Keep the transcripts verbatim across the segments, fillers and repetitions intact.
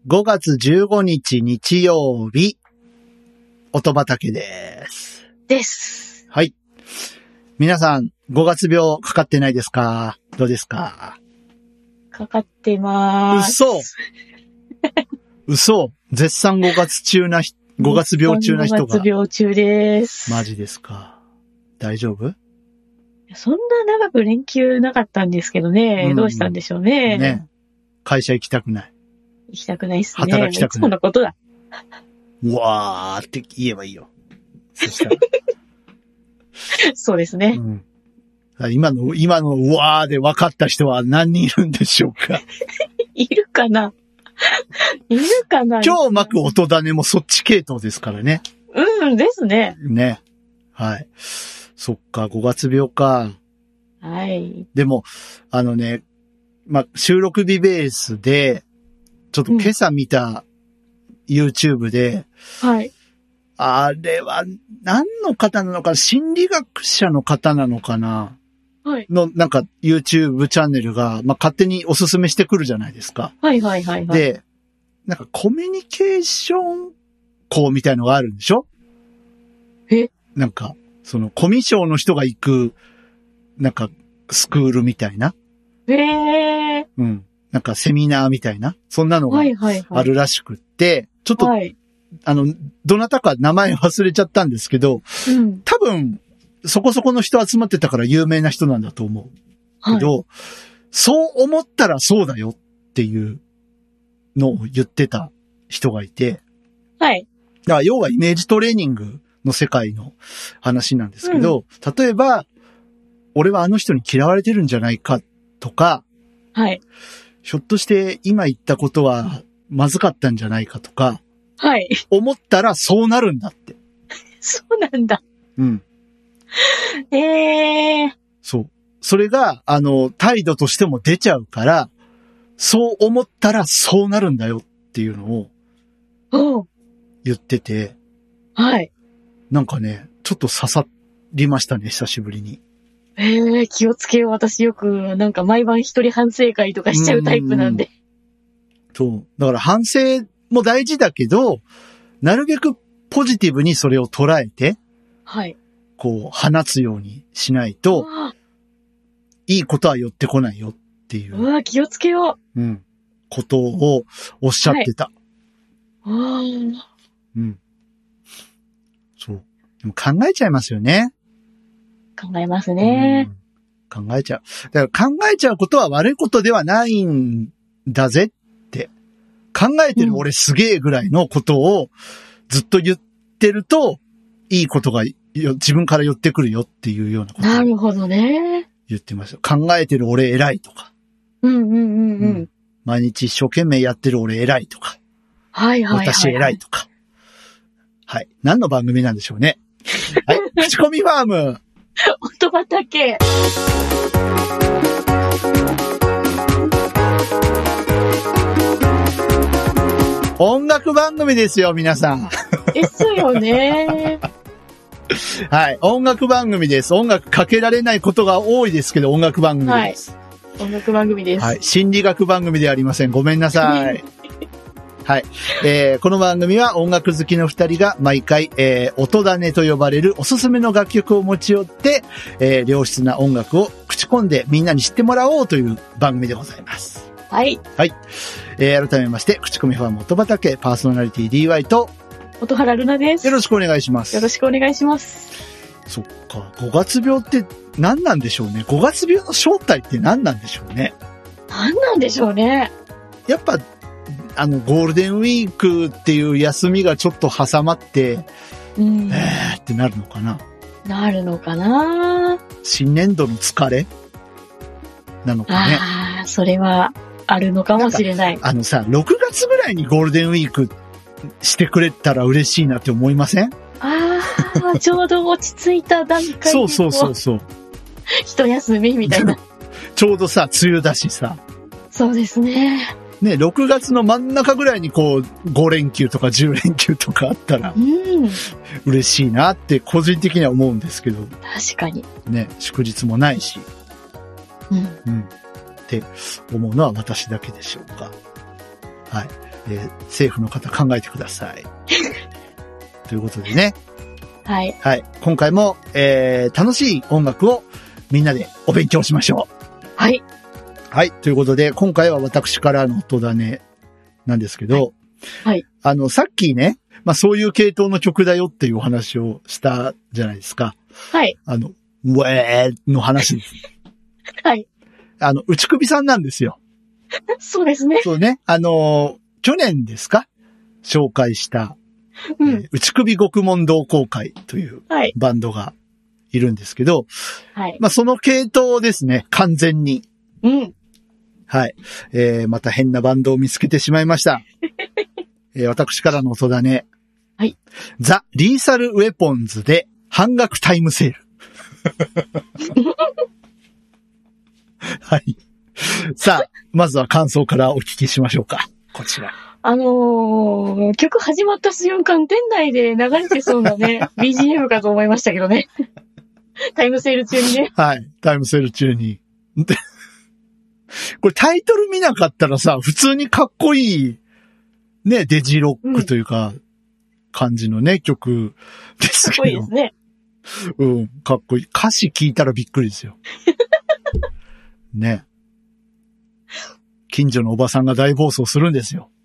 ごがつじゅうごにち日曜日、音畑です。 です。 はい。皆さん、ごがつ病かかってないですか？どうですか？ かかってまーす。 嘘嘘絶賛ごがつ中な人、ごがつ病中な人が。 ごがつ病中です。 マジですか。大丈夫？ そんな長く連休なかったんですけどね。うん、どうしたんでしょうね。 ね。会社行きたくない。 行きたくないっすね。 働きたくない。 いつものことだ。 うわーって言えばいいよ。そしたら。 そうですね。 うん今の、今のうわーで分かった人は何人いるんでしょうか？ いるかないるかな今日巻く音種もそっち系統ですからね。 うんですね。 ね。はい。そっか、ごがつ病か。 はい。 でも、あのね、まあ、収録日ベースで、ちょっと今朝見た YouTube で、 うん、はい。 あれは何の方なのか、心理学者の方なのかなはい。 の、なんか YouTube チャンネルが、まあ、勝手におすすめしてくるじゃないですか。 はいはいはいはい。 で、なんかコミュニケーション校みたいのがあるんでしょ？ え？ なんか、そのコミュ障の人が行く、なんかスクールみたいな。 へー。 うん。なんかセミナーみたいな。そんなのがあるらしくって、はいはいはい、ちょっと、はい、あの、どなたか名前忘れちゃったんですけど、 うん、 多分、そこそこの人集まってたから有名な人なんだと思う。けど、はい、そう思ったらそうだよっていうのを言ってた人がいて。 はい。 だから要はイメージトレーニングの世界の話なんですけど、うん、例えば、俺はあの人に嫌われてるんじゃないかとか、 はい。 ひょっとして今言ったことはまずかったんじゃないかとか、 はい。 思ったらそうなるんだって。 そうなんだ。 うん。 ええー。 そう。それが、あの、態度としても出ちゃうから、そう思ったらそうなるんだよっていうのを言ってて。 はい。 なんかね、ちょっと刺さりましたね、久しぶりに。 ええー、気をつけよう。私よく、なんか毎晩一人反省会とかしちゃうタイプなんで。 そう。だから反省も大事だけど、なるべくポジティブにそれを捉えて、 はい。 こう、放つようにしないと、いいことは寄ってこないよっていう。 うわ、気をつけよう。うん。ことをおっしゃってた。 はい、 うん。そう。でも考えちゃいますよね。 考えますね、 うん。考えちゃう。だから考えちゃうことは悪いことではないんだぜって。考えてる俺すげえぐらいのことをずっと言ってると、いいことが自分から寄ってくるよっていうようなこと。 なるほどね。 言ってました。考えてる俺偉いとか。 うんうんうんうん。うん、 毎日一生懸命やってる俺偉いとか。 はいはいはい、はい。 私偉いとか。はい。何の番組なんでしょうね。はい。口コミファーム。 音畑。 音楽番組ですよ、皆さん。 ですよね。 はい。音楽番組です。音楽かけられないことが多いですけど、音楽番組です。 はい、音楽番組です。 はい。心理学番組ではありません。ごめんなさい。はい。えー、この番組は音楽好きの二人が毎回、えー、音種と呼ばれるおすすめの楽曲を持ち寄って、えー、良質な音楽を口コんでみんなに知ってもらおうという番組でございます。 はい。 はい。えー、改めまして、口コミファーム音畑パーソナリティ ディーワイ と、 音原ルナです。 よろしくお願いします。 よろしくお願いします。 そっか。ごがつ病って何なんでしょうね。ごがつ病の正体って何なんでしょうね。 何なんでしょうね。 やっぱ、あの、ゴールデンウィークっていう休みがちょっと挟まって、 うん、 えーってなるのかな。 なるのかな。 新年度の疲れなのかね。 ああ、それはあるのかもしれない。 あのさ、ろくがつぐらいにゴールデンウィークしてくれたら嬉しいなって思いません？ ああ、ちょうど落ち着いた段階で。 そうそうそうそう。 一休みみたいな。 ちょうどさ、梅雨だしさ。 そうですね。 ね、ろくがつの真ん中ぐらいにこう、ごれんきゅうとかじゅうれんきゅうとかあったら、 うん、 嬉しいなって個人的には思うんですけど。 確かに。 ね、祝日もないし。 うん。 うん。って思うのは私だけでしょうか。はい。 えー政府の方考えてください。ということでね。 はい。 はい。今回も、えー楽しい音楽をみんなでお勉強しましょう。 はい。 はい。ということで、今回は私からの音種なんですけど、 はい。 あの、さっきね、まあそういう系統の曲だよっていうお話をしたじゃないですか。 はい。 あの、ウェーの話です。 はい。 あの、内首さんなんですよ。 そうですね。 そうね。あの、去年ですか紹介した、 うん。 えー内首獄門同好会というはい。 バンドがいるんですけど、 はい。 まあその系統ですね。完全に。 うん。 はい。えー、また変なバンドを見つけてしまいました。えー、私からの音だね。 はい。 ザ・リーサル・ウェポンズで半額タイムセール。はい。さあ、まずは感想からお聞きしましょうか。こちら。 あのー、曲始まった瞬間、店内で流れてそうなね、ビージーエム かと思いましたけどね。タイムセール中にね。 はい。タイムセール中に。でこれタイトル見なかったらさ、普通にかっこいい、ね、デジロックというか、感じのね、曲ですかっこけど。 いいですね。 うん、かっこいい。歌詞聞いたらびっくりですよ。ね。近所のおばさんが大暴走するんですよ。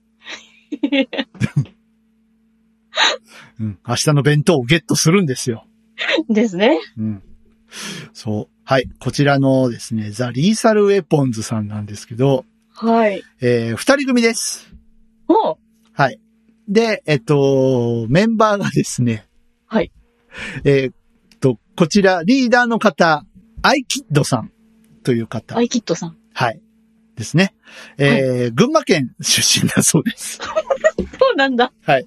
うん、明日の弁当をゲットするんですよ。 ですね。 うん。そう。はい。こちらのですね、ザ・リーサル・ウェポンズさんなんですけど、 はい。 えー、二人組です。 おう。 はい。で、えっと、メンバーがですね、 はい。 えーっと、こちら、リーダーの方、アイキッドさんという方。 アイキッドさん。 はい。ですね。えー群馬県出身だそうです。 そうなんだ。 はい。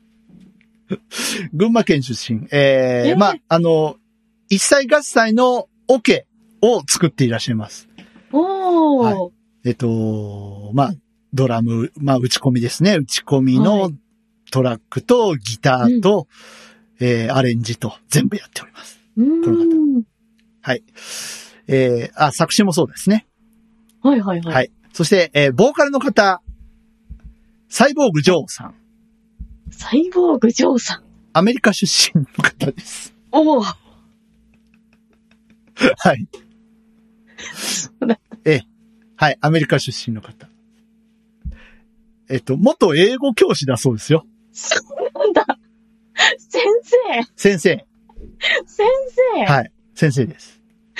群馬県出身。えーえーまあ、あの、一切合切のオケを作っていらっしゃいます。 おー。 はえっと、まあ、ドラム、まあ、打ち込みですね。打ち込みはのいトラックとギターと、えーアレンジと全部やっております。 うーん。 はい。えーあ、作詞もそうですね。 はいはいはい。 はい。そして、えーボーカルの方、サイボーグ・ジョーさん。 サイボーグ・ジョーさん。 アメリカ出身の方です。 おー。 はい。 そうだええ。はい。アメリカ出身の方。えっと、元英語教師だそうですよ。 そうなんだ。先生。 先生。 先生。 はい。先生です。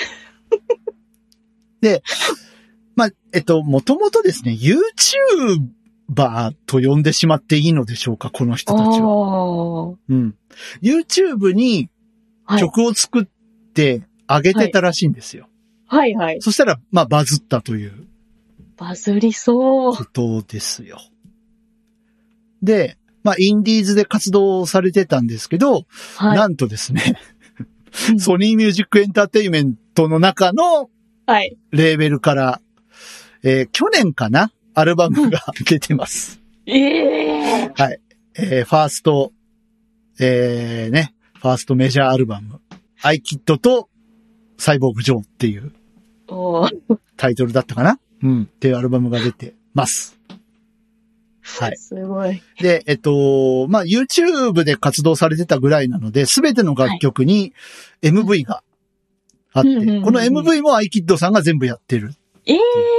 で、まあ、えっと、もともとですね、YouTuber と呼んでしまっていいのでしょうか、この人たちは。 は。 うん。YouTube にはい。 曲を作ってあげてたらしいんですよ。 はいはい。 そしたら、まあ、バズったというバズりそう。 ことですよ。で、まあ、インディーズで活動されてたんですけど、 はい。 なんとですね、 うんソニーミュージックエンターテインメントの中のはい。 レーベルから、えー去年かなアルバムが出てます。 ええー。 はい。えーファースト、えーね、ファーストメジャーアルバム、アイキッドとサイボーグ・ジョーっていうおー。 タイトルだったかなうん。っていうアルバムが出てます。はい。 すごい。 で、えっと、まあ、YouTube で活動されてたぐらいなので、すべての楽曲に エムブイ があって、 うんうんうんうんこの エムブイ もアイキッドさんが全部やってるええー。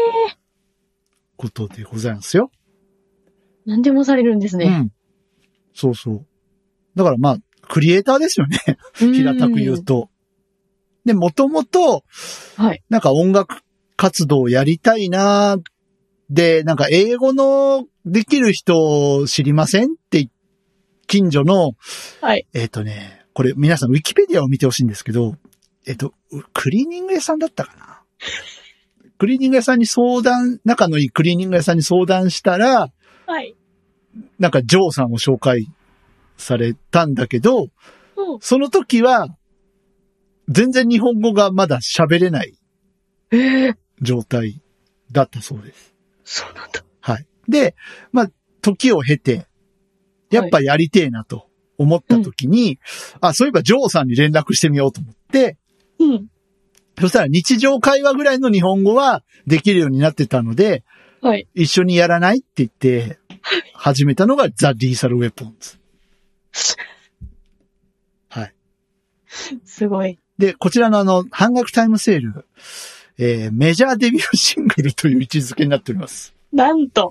ことでございますよ。 何でもされるんですね。 うん。そうそう。だからまあ、クリエイターですよね。平たく言うと。で、もともと、 はい。 なんか音楽活動をやりたいなで、なんか英語のできる人知りませんって近所の、 はい。 えっ、とね、これ皆さんウィキペディアを見てほしいんですけど、えっ、と、クリーニング屋さんだったかなクリーニング屋さんに相談、仲のいいクリーニング屋さんに相談したら、 はい。 なんかジョーさんを紹介されたんだけど、 うん。 その時は、全然日本語がまだ喋れないええー。 状態だったそうです。 そうなんだ。 はい。で、まあ、時を経て、やっぱやりてえなと思った時に、あ、そういえばジョーさんに連絡してみようと思って、 うん。 そしたら日常会話ぐらいの日本語はできるようになってたので、 はい。 一緒にやらないって言って、 始めたのがザ・リーサル・ウェポンズ。はい。 すごい。 で、こちらのあの、半額タイムセール、えー、メジャーデビューシングルという位置づけになっております。 なんと。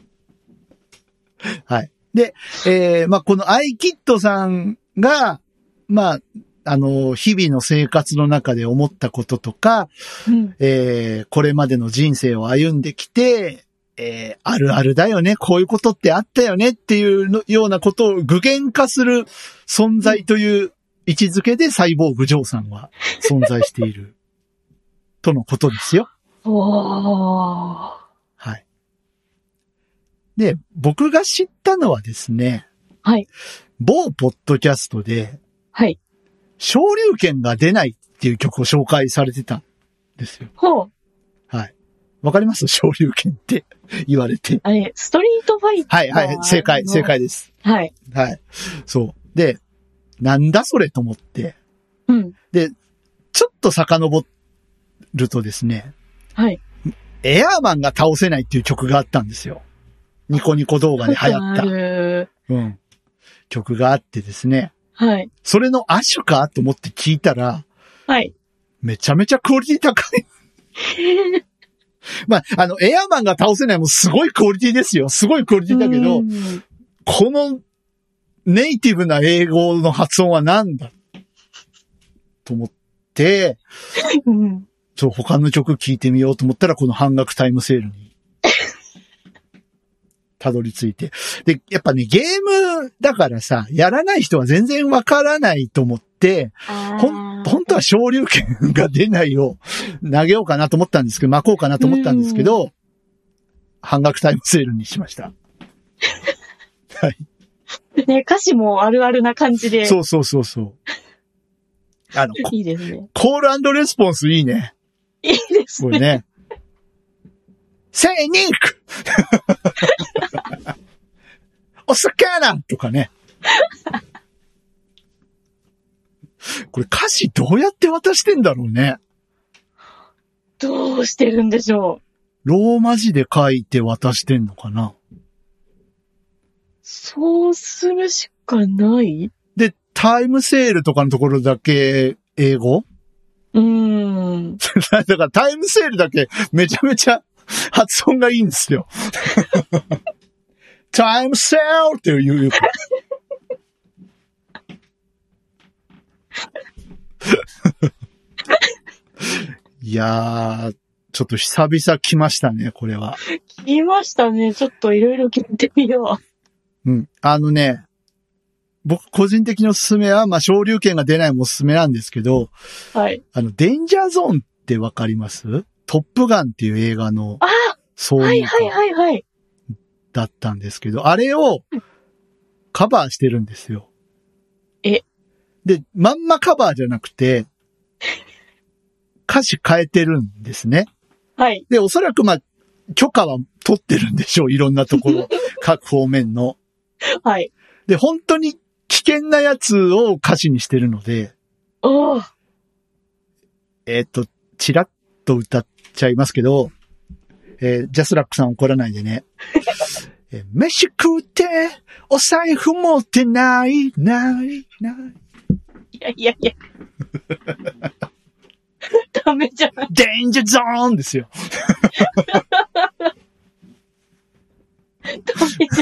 はい。で、えー、まあ、このアイキッドさんが、まあ、あの、日々の生活の中で思ったこととか、 うん、 えー、これまでの人生を歩んできて、えー、あるあるだよね、こういうことってあったよねっていうのようなことを具現化する存在という位置づけでサイボーグジョーさんは存在しているとのことですよ。 おー。 はい。で、僕が知ったのはですね、 はい。 某ポッドキャストで、 はい。 昇竜拳が出ないっていう曲を紹介されてたんですよ。 ほう。 はい。わかります？昇竜拳って言われて。 あれ、ストリートファイター。 はいはい、正解、正解です。 はい。 はい。そう。で、なんだそれと思って。 うん。 で、ちょっと遡るとですね。 はい。 エアーマンが倒せないっていう曲があったんですよ。ニコニコ動画で流行った。 ある。 うん。曲があってですね。 はい。 それの亜種かと思って聞いたら。 はい。 めちゃめちゃクオリティ高い。まあ、あの、エアーマンが倒せないもすごいクオリティですよ。すごいクオリティだけど、このネイティブな英語の発音はなんだと思って、 うん、 そう、他の曲聴いてみようと思ったら、この半額タイムセールにたどり着いて。で、やっぱね、ゲームだからさ、やらない人は全然わからないと思って、ほん、本当は昇竜拳が出ないを投げようかなと思ったんですけど、巻こうかなと思ったんですけど、半額タイムセールにしました。はい。 ね、歌詞もあるあるな感じで。 そうそうそうそう。あの、 いいですね。 コール&レスポンスいいね。 いいですね。 これね。セイニンクお魚とかね。これ歌詞どうやって渡してんだろうね。 どうしてるんでしょう。ローマ字で書いて渡してんのかな。 そうするしかない？ で、タイムセールとかのところだけ英語？ うーん。 だからタイムセールだけめちゃめちゃ発音がいいんですよ。タイムセールっていう。いやー、ちょっと久々来ましたね、これは。 来ましたね。ちょっといろいろ聞いてみよう。うん。あのね、僕個人的におすすめは、まあ、昇竜拳が出ないもおすすめなんですけど、 はい。 あの、デンジャーゾーンってわかります？トップガンっていう映画の、 あそういう。 はいはいはいはい。 だったんですけど、あれをカバーしてるんですよ。 え？ で、まんまカバーじゃなくて、歌詞変えてるんですね。 はい。 で、おそらくまあ、許可は取ってるんでしょう。いろんなところ、各方面の。 はい。 で、本当に危険なやつを歌詞にしてるので、 おー。 えっと、チラッと歌っちゃいますけど、えー、ジャスラックさん怒らないでね。えー、飯食って、お財布持ってない、ない、ない。 いやいやいや。ダメじゃん。 デンジャーゾーンですよ。 ダメじ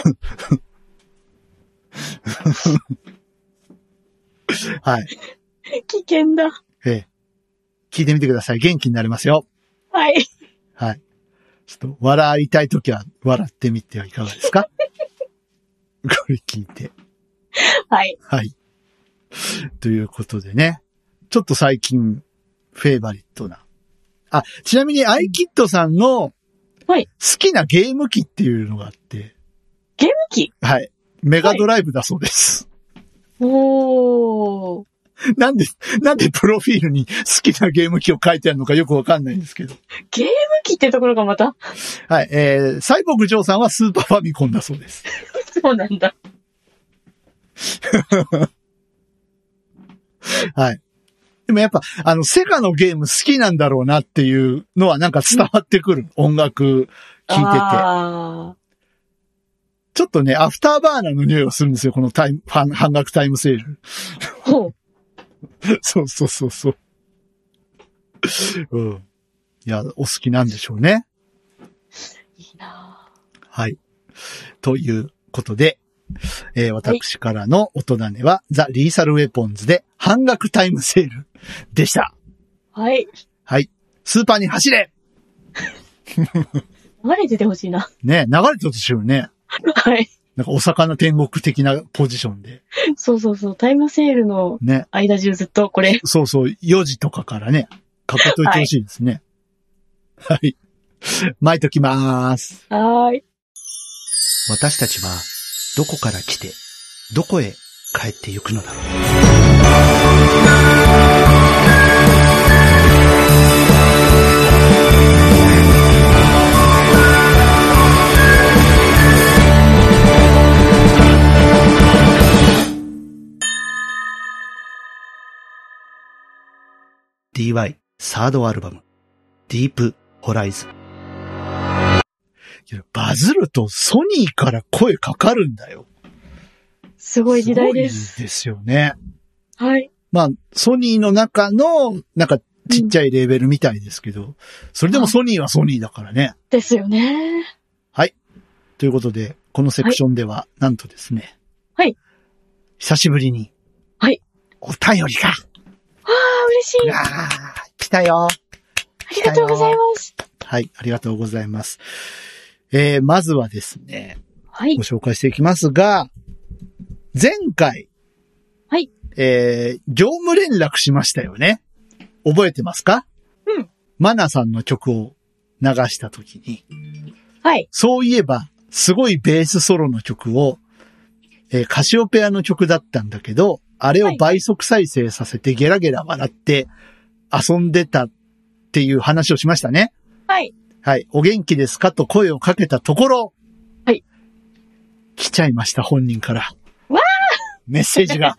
ゃん。はい。 危険だ。 えー、聞いてみてください。元気になりますよ。 はい。 はい。ちょっと笑いたいときは笑ってみてはいかがですか？これ聞いて。 はい。 はい。ということでね。ちょっと最近、フェイバリットな。あ、ちなみにアイキッドさんの、 はい。 好きなゲーム機っていうのがあって。 ゲーム機？ はい。メガドライブだそうです。 はい、おー。 なんで、なんでプロフィールに好きなゲーム機を書いてあるのかよくわかんないんですけど。 ゲーム機ってところがまたはい。えー、サイボーグジョーさんはスーパーファミコンだそうです。 そうなんだ。 はい。でもやっぱ、あの、セガのゲーム好きなんだろうなっていうのはなんか伝わってくる。音楽聴いてて。 あちょっとね、アフターバーナーの匂いがするんですよ、このタイム、半半額タイムセール。 ほう。 そうそうそうそう。うん。いや、お好きなんでしょうね。 いいなぁ。 はい。ということで、えー、私からの音種は、はい、ザ・リーサル・ウェポンズで半額タイムセールでした。 はい。 はい。スーパーに走れ流れててほしいな。 ね、流れてほしいよね。 はい。 なんかお魚天国的なポジションで。 そうそうそう。タイムセールの間中ずっとこれ。 ね、そうそう。よじとかからね、かけといてほしいですね。はい。はい、巻いときまーす。 はーい。 私たちはどこから来て、どこへ帰ってゆくのだろう。ディーワイ サードアルバム、ディープホライズン。バズるとソニーから声かかるんだよ。 すごい時代です。 すごいですよね。 はい。 まあ、ソニーの中の、なんかちっちゃいレーベルみたいですけど、うん、それでもソニーはソニーだからね。 ですよね。 はい。ということで、このセクションでは、なんとですね。 はい。 久しぶりに。 はい。 お便りが。 ああ、嬉しい。 ああ、来たよ。 ありがとうございます。 はい、ありがとうございます。えー、まずはですね。 はい。 ご紹介していきますが、前回。 はい。 えー、業務連絡しましたよね。覚えてますか？ うん。 マナさんの曲を流したときに。 はい。 そういえば、すごいベースソロの曲を、えー、カシオペアの曲だったんだけど、あれを倍速再生させてゲラゲラ笑って遊んでたっていう話をしましたね。 はい。 はい。お元気ですかと声をかけたところ。 はい。 来ちゃいました、本人から。 わーメッセージが。はい。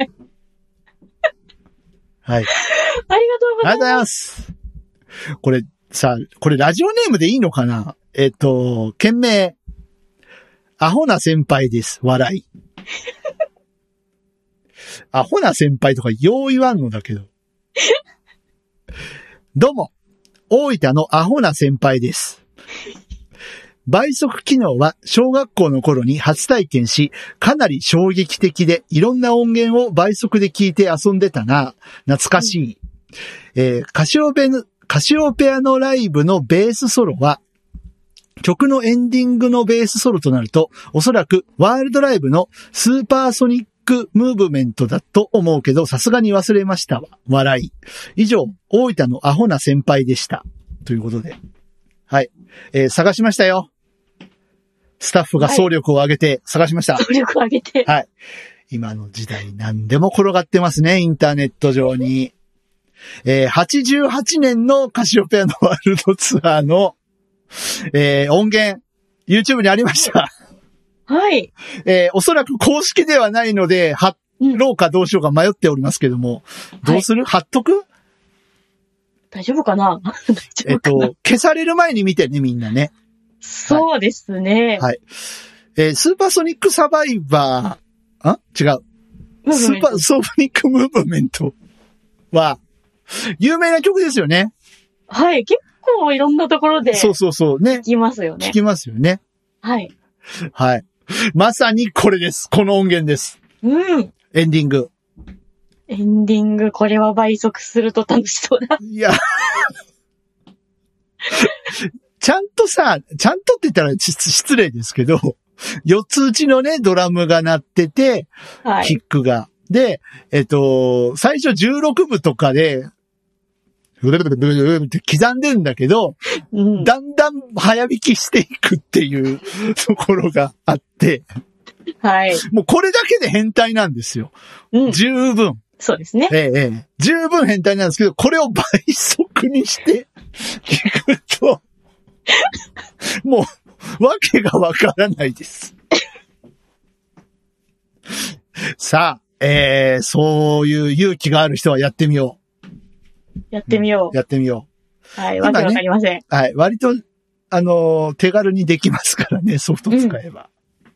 ありがとうございます。 ありがとうございます。これさ、これラジオネームでいいのかな？えっと、件名。アホな先輩です。笑い。アホな先輩とかよう言わんのだけど。どうも。大分のアホな先輩です。倍速機能は小学校の頃に初体験し、かなり衝撃的でいろんな音源を倍速で聞いて遊んでたな。懐かしい。えー、カシオペの、カシオペアのライブのベースソロは、曲のエンディングのベースソロとなると、おそらくワールドライブのスーパーソニックムーブメントだと思うけど、さすがに忘れましたわ。笑い。以上、大分のアホな先輩でした。ということで。はい。えー、探しましたよ。スタッフが総力を挙げて探しました。 はい、総力を挙げて。 はい。今の時代何でも転がってますね、インターネット上に。えー、はちじゅうはちねんのカシオペアのワールドツアーの、えー、音源、YouTube にありました。 はい。 えー、おそらく公式ではないので、貼ろうかどうしようか迷っておりますけども、うん、どうする、はい、貼っとく？ 大丈夫かな大丈夫かな。 えっと、消される前に見てね、みんなね。 そうですね。 はい。えー、スーパーソニックサバイバー、あ違う。スーパーソニックムーブメントは、有名な曲ですよね。 はい。結構いろんなところで。 そうそうそうね。 聞きますよね。 聞きますよね。 はい。 はい。まさにこれです。この音源です。 うん。 エンディング。 エンディング、これは倍速すると楽しそうだ。 いや。ちゃんとさ、ちゃんとって言ったら失礼ですけど、四つ打ちのね、ドラムが鳴ってて、はい、キックが。で、えっと、最初じゅうろくぶとかで、ブルブルブルブルって刻んでんだけど、うん、だんだん早弾きしていくっていうところがあって、 はい。 もうこれだけで変態なんですよ。うん、十分。 そうですね。 ええ、ええ。十分変態なんですけど、これを倍速にして聞くと、もう、わけがわからないです。さあ、えー、そういう勇気がある人はやってみよう。 やってみよう。 やってみよう。はい、わけわかりません、ね。 はい、割と、あのー、手軽にできますからね、ソフト使えば。 うん、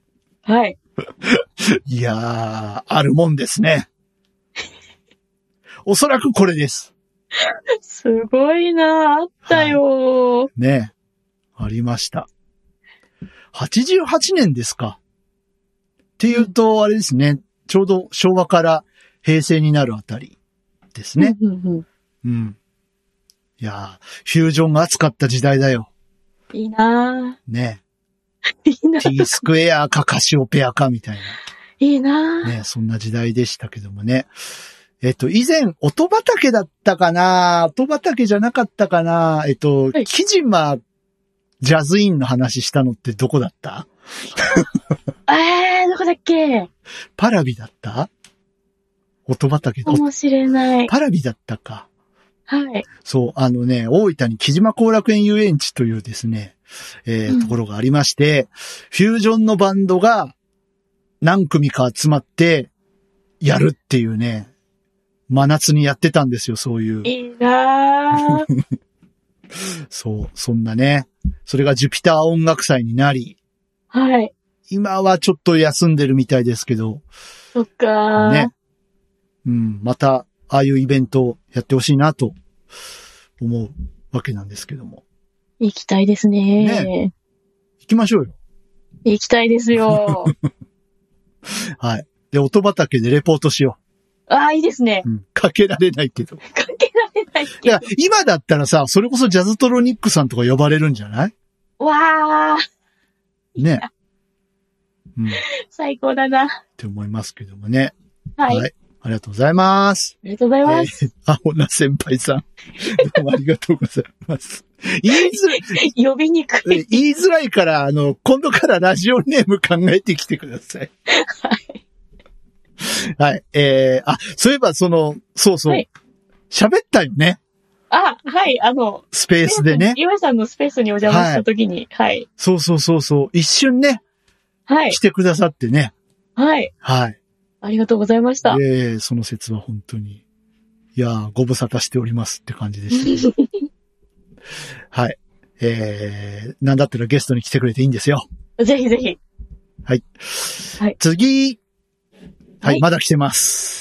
はい。 いやー、あるもんですね。おそらくこれです。 すごいな、あったよ、 はい、ね。ありました。はちじゅうはちねんですか。っていうと、あれですね。ちょうど昭和から平成になるあたりですね。 うんうんうん、 うん。いやー、フュージョンが熱かった時代だよ。 いいなぁ。ね。 いいなぁ。 T スクエアかカシオペアかみたいな。 いいなぁ。 ね、そんな時代でしたけどもね。えっと、以前、音畑だったかな音畑じゃなかったかなえっと、 はい、 木島ジャズインの話したのってどこだったえー、どこだっけ？ パラビだった音畑かもしれない。 パラビだったか。 はい。 そう、あのね、大分に木島後楽園遊園地というですね、えーうん、ところがありまして、フュージョンのバンドが何組か集まってやるっていうね、真夏にやってたんですよ、そういう。 いいなぁ。 そう、そんなね。それがジュピター音楽祭になり。 はい。 今はちょっと休んでるみたいですけど。 そっかー。 ね。うん、また、ああいうイベントをやってほしいなと思うわけなんですけども。 行きたいですね。ね。 行きましょうよ。 行きたいですよ。 はい。で、音畑でレポートしよう。ああ、いいですね。 うん。かけられないけど。 かけられないけど。 いや、今だったらさ、それこそジャズトロニックさんとか呼ばれるんじゃない？ わー。 ね。うん。 最高だな。 って思いますけどもね。 はい。 はい。ありがとうございます。 ありがとうございます。 えー、あほな先輩さん。どうもありがとうございます。言いづらい。 呼びにくい。 言いづらいから、あの、今度からラジオネーム考えてきてください。 はい。 はい。えー、あ、そういえばその、そうそう。喋、はい、ったよね。 あ、はい、あの、 スペースでね。 岩井さんのスペースにお邪魔したときに、はい、はい。 そうそうそうそう。一瞬ね。 はい。 来てくださってね。 はい。 はい。 ありがとうございました。 ええ、その説は本当に。いやー、ご無沙汰しておりますって感じでしたけど。はい。えー、なんだったらゲストに来てくれていいんですよ。 ぜひぜひ。 はい。 はい。 次。はい、はい、まだ来てます。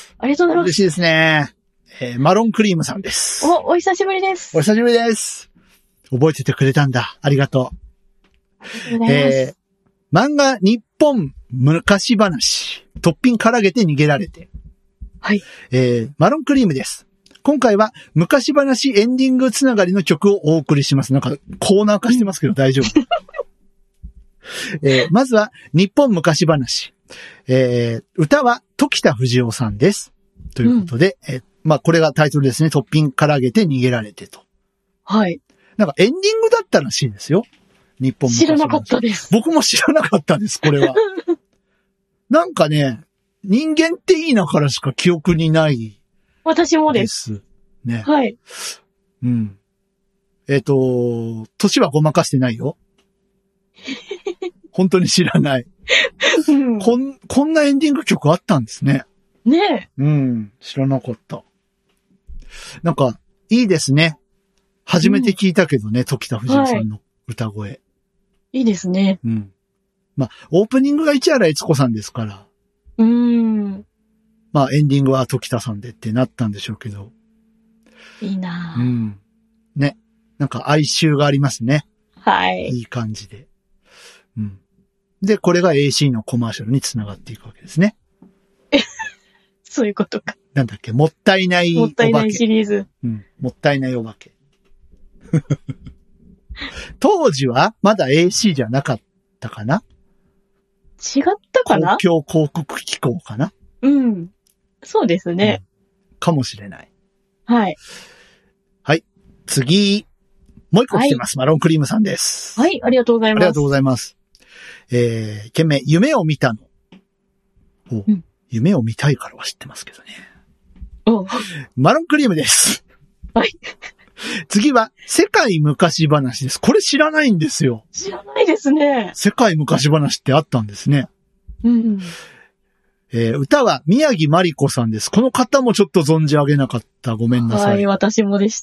ありがとうございます。 嬉しいですね。えー、マロンクリームさんです。 お、お久しぶりです。 お久しぶりです。覚えててくれたんだ。ありがとう。ありがとうございます。えー、 漫画日本昔話。トッピンからげて逃げられて。 はい。 えー、マロンクリームです。今回は昔話エンディングつながりの曲をお送りします。なんかコーナー化してますけど大丈夫。えー、まずは日本昔話。えー、歌は時田藤夫さんです。ということで、うん、えー、まあこれがタイトルですね。トッピンからげて逃げられてと。 はい。 なんかエンディングだったらしいですよ。日本昔話。 知らなかったです。 僕も知らなかったです、これは。なんかね、人間っていいなからしか記憶にない。 私もです。 ね。 はい。 うん。えっと、年はごまかしてないよ。本当に知らない、うん。こん、こんなエンディング曲あったんですね。 ねえ。うん。知らなかった。なんか、いいですね。初めて聞いたけどね、うん、時田藤夫さんの歌声、はい。 いいですね。 うん。まあ、オープニングが市原悦子さんですから。 うーん。 まあ、エンディングは時田さんでってなったんでしょうけど。 いいなぁ。 うん。ね。なんか哀愁がありますね。 はい。 いい感じで。うん。で、これが エーシー のコマーシャルにつながっていくわけですね。 そういうことか。 なんだっけ、もったいないお化け。 もったいないシリーズ。 うん。もったいないお化け。当時はまだ エーシー じゃなかったかな？ 違ったかな？ 公共広告機構かな？ うん。そうですね、 うん。かもしれない。 はい。 はい。次。もう一個来てます。はい、マロンクリームさんです。 はい。ありがとうございます。 ありがとうございます。えー、件名、夢を見たの。お、うん、夢を見たいからは知ってますけどね。 おマロンクリームです。 はい。 次は、世界昔話です。これ知らないんですよ。 知らないですね。 世界昔話ってあったんですね。 うん。 えー、歌は宮城まりこさんです。この方もちょっと存じ上げなかった。ごめんなさい。 はい、私もでした。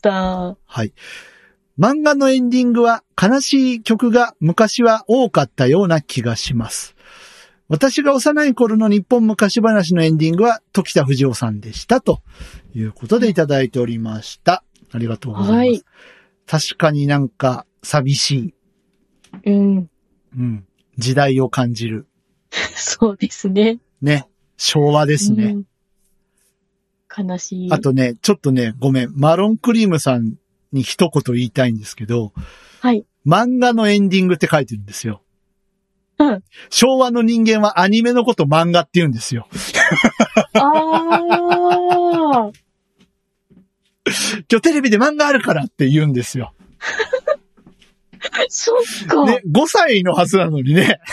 はい。漫画のエンディングは悲しい曲が昔は多かったような気がします。 私が幼い頃の日本昔話のエンディングは時田藤夫さんでした。ということでいただいておりました。ありがとうございます。はい、確かになんか寂しい。 うん。 うん。時代を感じる。 そうですね。 ね。昭和ですね。 うん、悲しい。 あとね、ちょっとね、ごめん。マロンクリームさんに一言言いたいんですけど。 はい。 漫画のエンディングって書いてるんですよ。 うん。 昭和の人間はアニメのこと漫画って言うんですよ。 ああ。 今日テレビで漫画あるからって言うんですよ。 そっか。 ね、ごさいのはずなのにね。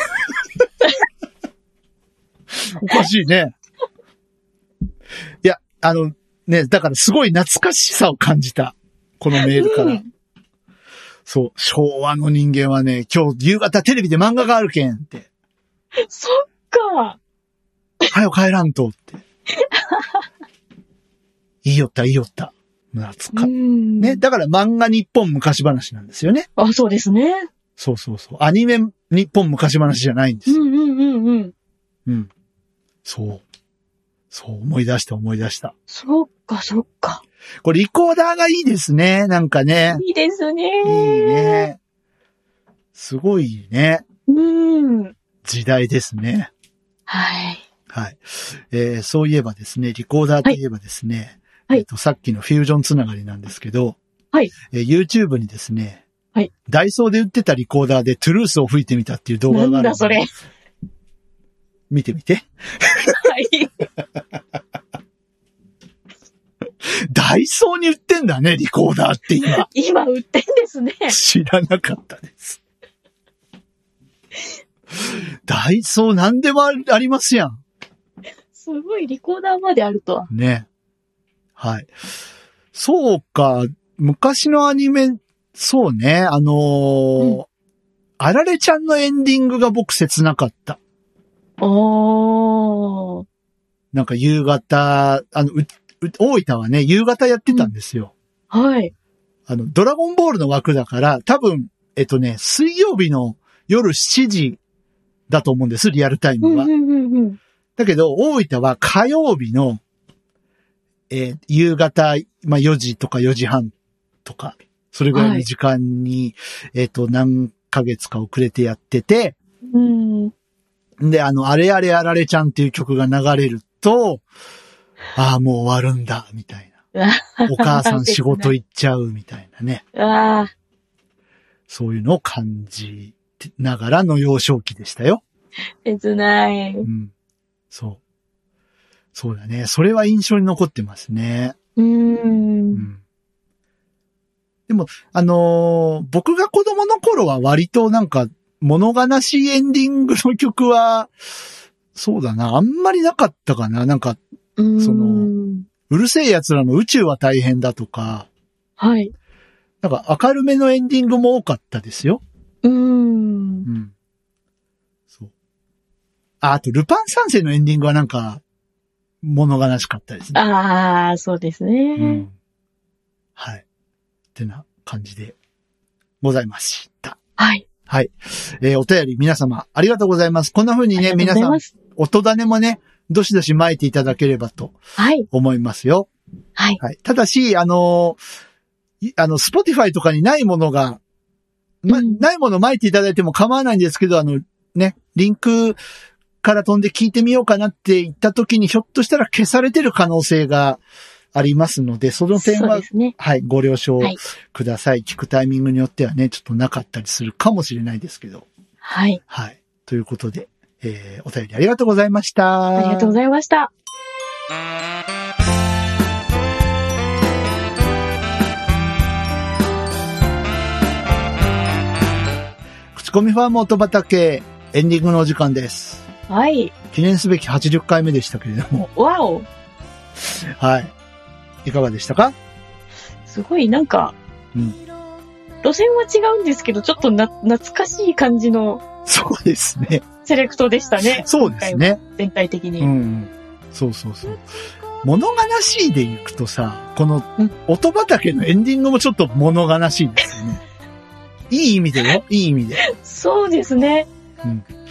おかしいね。いや、あの、ね、だからすごい懐かしさを感じた。このメールから。うん、そう、昭和の人間はね、今日夕方テレビで漫画があるけんって。 そっか。 はよ帰らんとって。いいよった、いいよった。懐か。ね、だから漫画日本昔話なんですよね。 あ、そうですね。 そうそうそう。アニメ日本昔話じゃないんですよ。 うんうんうんうん。 うん。そう。そう思い出した思い出した。 そっかそっか。 これリコーダーがいいですね。なんかね。 いいですね。 いいね。すごいね。 うん。 時代ですね。 はい。 はい。えー、そういえばですね、リコーダーといえばですね、 はい、 えっと、さっきのフュージョンつながりなんですけど、 はい。 えー、YouTube にですね、 はい。 ダイソーで売ってたリコーダーでトゥルースを吹いてみたっていう動画がある。 なんだそれ。 見てみて。 はい。 ダイソーに売ってんだね、リコーダーって今。 今売ってんですね。 知らなかったです。ダイソー何でもありますやん。 すごいリコーダーまであるとは。 ね。はい。そうか、昔のアニメ、そうね、あのーうん、あられちゃんのエンディングが僕切なかった。 おー。 なんか夕方、あの、う、う、大分はね、夕方やってたんですよ。 うん、はい。 あの、ドラゴンボールの枠だから、多分、えっとね、水曜日の夜しちじだと思うんです、リアルタイムは。 うんうんうんうん、だけど、大分は火曜日の、えー、夕方、まあ、よじとかよじはんとか、それぐらいの時間に、はい、えっと、何ヶ月か遅れてやってて、 うん、 で、あの、あれあれあられちゃんっていう曲が流れると、ああ、もう終わるんだ、みたいな。お母さん仕事行っちゃう、みたいなね。 あそういうのを感じながらの幼少期でしたよ。 切ない。 うん。そう。そうだね。それは印象に残ってますね。 うーん。うん、 でも、あのー、僕が子供の頃は割となんか、物悲しいエンディングの曲は、そうだな、あんまりなかったかな。なんか、その、うるせえ奴らの宇宙は大変だとか、 はい。 なんか明るめのエンディングも多かったですよ。 うーん。 うん。そう。あ、あと、ルパン三世のエンディングはなんか、物悲しかったですね。 ああ、そうですね。うん。 はい。ってな感じでございました。 はい。 はい。えー、お便り皆様ありがとうございます。こんな風にね、皆さん、音種もね、どしどし巻いていただければと思いますよ。 はい。はい。 ただし、あのー、あの、スポティファイとかにないものが、ま、うん、ないもの巻いていただいても構わないんですけど、あの、ね、リンクから飛んで聞いてみようかなって言った時に、ひょっとしたら消されてる可能性がありますので、その点は、ね、はい、ご了承ください。はい、聞くタイミングによってはね、ちょっとなかったりするかもしれないですけど。 はい。 はい。ということで、えー、お便りありがとうございました。 ありがとうございました。 口コミファーム音畑、エンディングのお時間です。 はい。 記念すべきはちじゅっかいめでしたけれども。 わお。 はい。いかがでしたか？ すごいなんか、うん、路線は違うんですけど、ちょっとな懐かしい感じの。 そうですね。 セレクトでしたね。 そうですね。 全体的に。 うん。そうそうそう。物悲しいでいくとさ、この音畑のエンディングもちょっと物悲しいですよね。いい意味でよ。いい意味で。 そうですね。うん、終わっ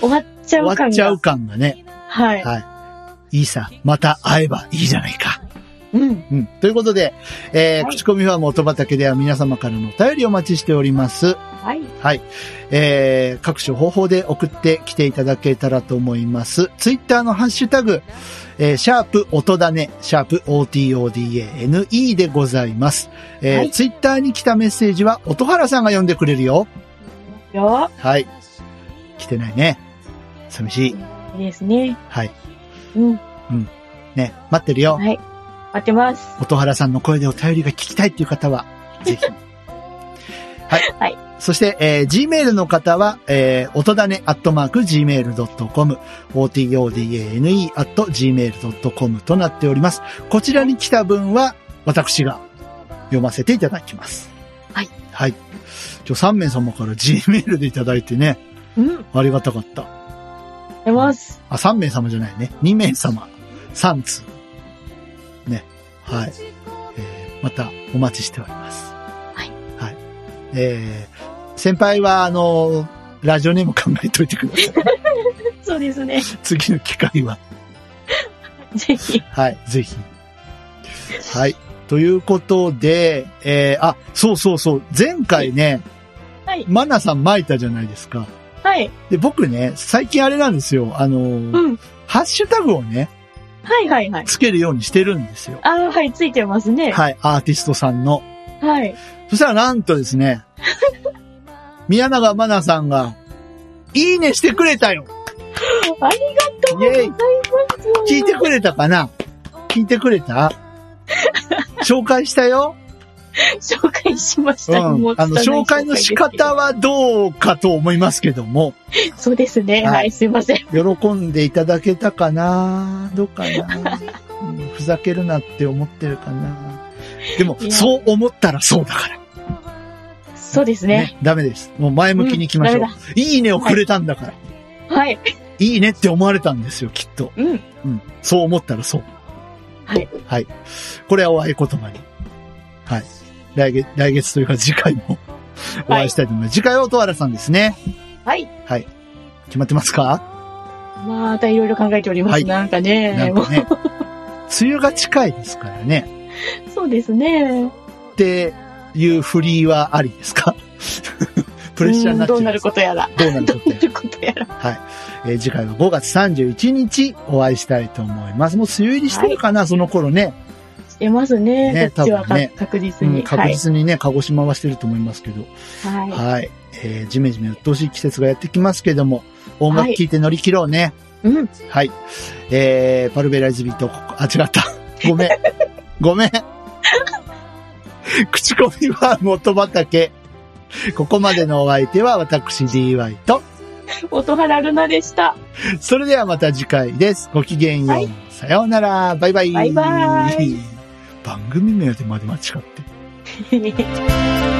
ちゃう感が。 終わっちゃう感がね。 はい。 はい。いいさ。また会えばいいじゃないか。 うん。 うん。ということで、えー、 はい、 口コミファーム音畑では皆様からのお便りをお待ちしております。 はい。 はい。えー、各種方法で送ってきていただけたらと思います。ツイッターのハッシュタグ、えー、シャープ音だね、シャープ オーティーオーディーエーエヌイー でございます。えーはい、ツイッターに来たメッセージは音原さんが読んでくれるよ。 よ。 はい。来てないね。寂しい。 いいですね。 はい。 うん。 うん。ね、待ってるよ。 はい。待ってます。 音原さんの声でお便りが聞きたいっていう方は、ぜひ。はい。 はい。 そして、えー、Gmail の方は、えー、音だねアットマーク ジーメールドットコム、オーティーオーディーエーエヌイー アット ジーメールドットコム となっております。こちらに来た分は、私が読ませていただきます。 はい。 はい。今日さん名様から Gmail でいただいてね。 うん。 ありがたかった。 ありがとうございます。 あ、さん名様じゃないね。に名様。さん通。ね。はい。えー、またお待ちしております。 はい。 はい。えー、先輩は、あの、ラジオネーム考えといてください。 そうですね。 次の機会は。 ぜひ。 はい、ぜひ。はい。ということで、えー、あ、そうそうそう、前回ね、 はい。 マナさん巻いたじゃないですか。 はい。 で、僕ね、最近あれなんですよ、あの、うん、ハッシュタグをね、 はいはいはい。 つけるようにしてるんですよ。 ああ、はい、ついてますね。 はい、アーティストさんの。 はい。 そしたらなんとですね、宮永真奈さんが、いいねしてくれたよ。 ありがとうございます。 聞いてくれたかな？聞いてくれた？紹介したよ。 紹介しました。 うん、あの、紹介の仕方はどうかと思いますけども。 そうですね。はい、はい、すいません。 喜んでいただけたかな？どうかな、うん？ふざけるなって思ってるかな？でも、そう思ったらそうだから。 そうですね。ね、 ダメです。もう前向きに行きましょう。うん、いいねをくれたんだから。 はい。 いいねって思われたんですよ、きっと。 うん。 うん。そう思ったらそう。 はい。 はい。これはお合言葉に。はい。来月、来月というか次回もお会いしたいと思います。はい、次回は音原さんですね。 はい。 はい。決まってますか？ またいろいろ考えております。はい、なんかね。 なんかね。梅雨が近いですからね。 そうですね。 っていうフリーはありですか？プレッシャーになっちゃう。 どうなることやら。 どうなることやら。 どうなることやら。 はい。えー、次回はごがつさんじゅういちにちお会いしたいと思います。もう梅雨入りしてるかな、はい、その頃ね。 してますね。 ね、 こっちはね、確実に、 うん。確実にね、はい、鹿児島はしてると思いますけど。 はい。 はい。えー、ジメジメ鬱陶しい季節がやってきますけども、音楽聴いて乗り切ろうね。 はい、うん。 はい。えー、パルベライズビート、あ、違った。ごめん。ごめん。口コミは元畑。ここまでのお相手は私 ディーワイ と音原ルナでした。 それではまた次回です。ごきげんよう。はい、さようなら。バイバイ。 バイバイ。 番組名でまで間違って。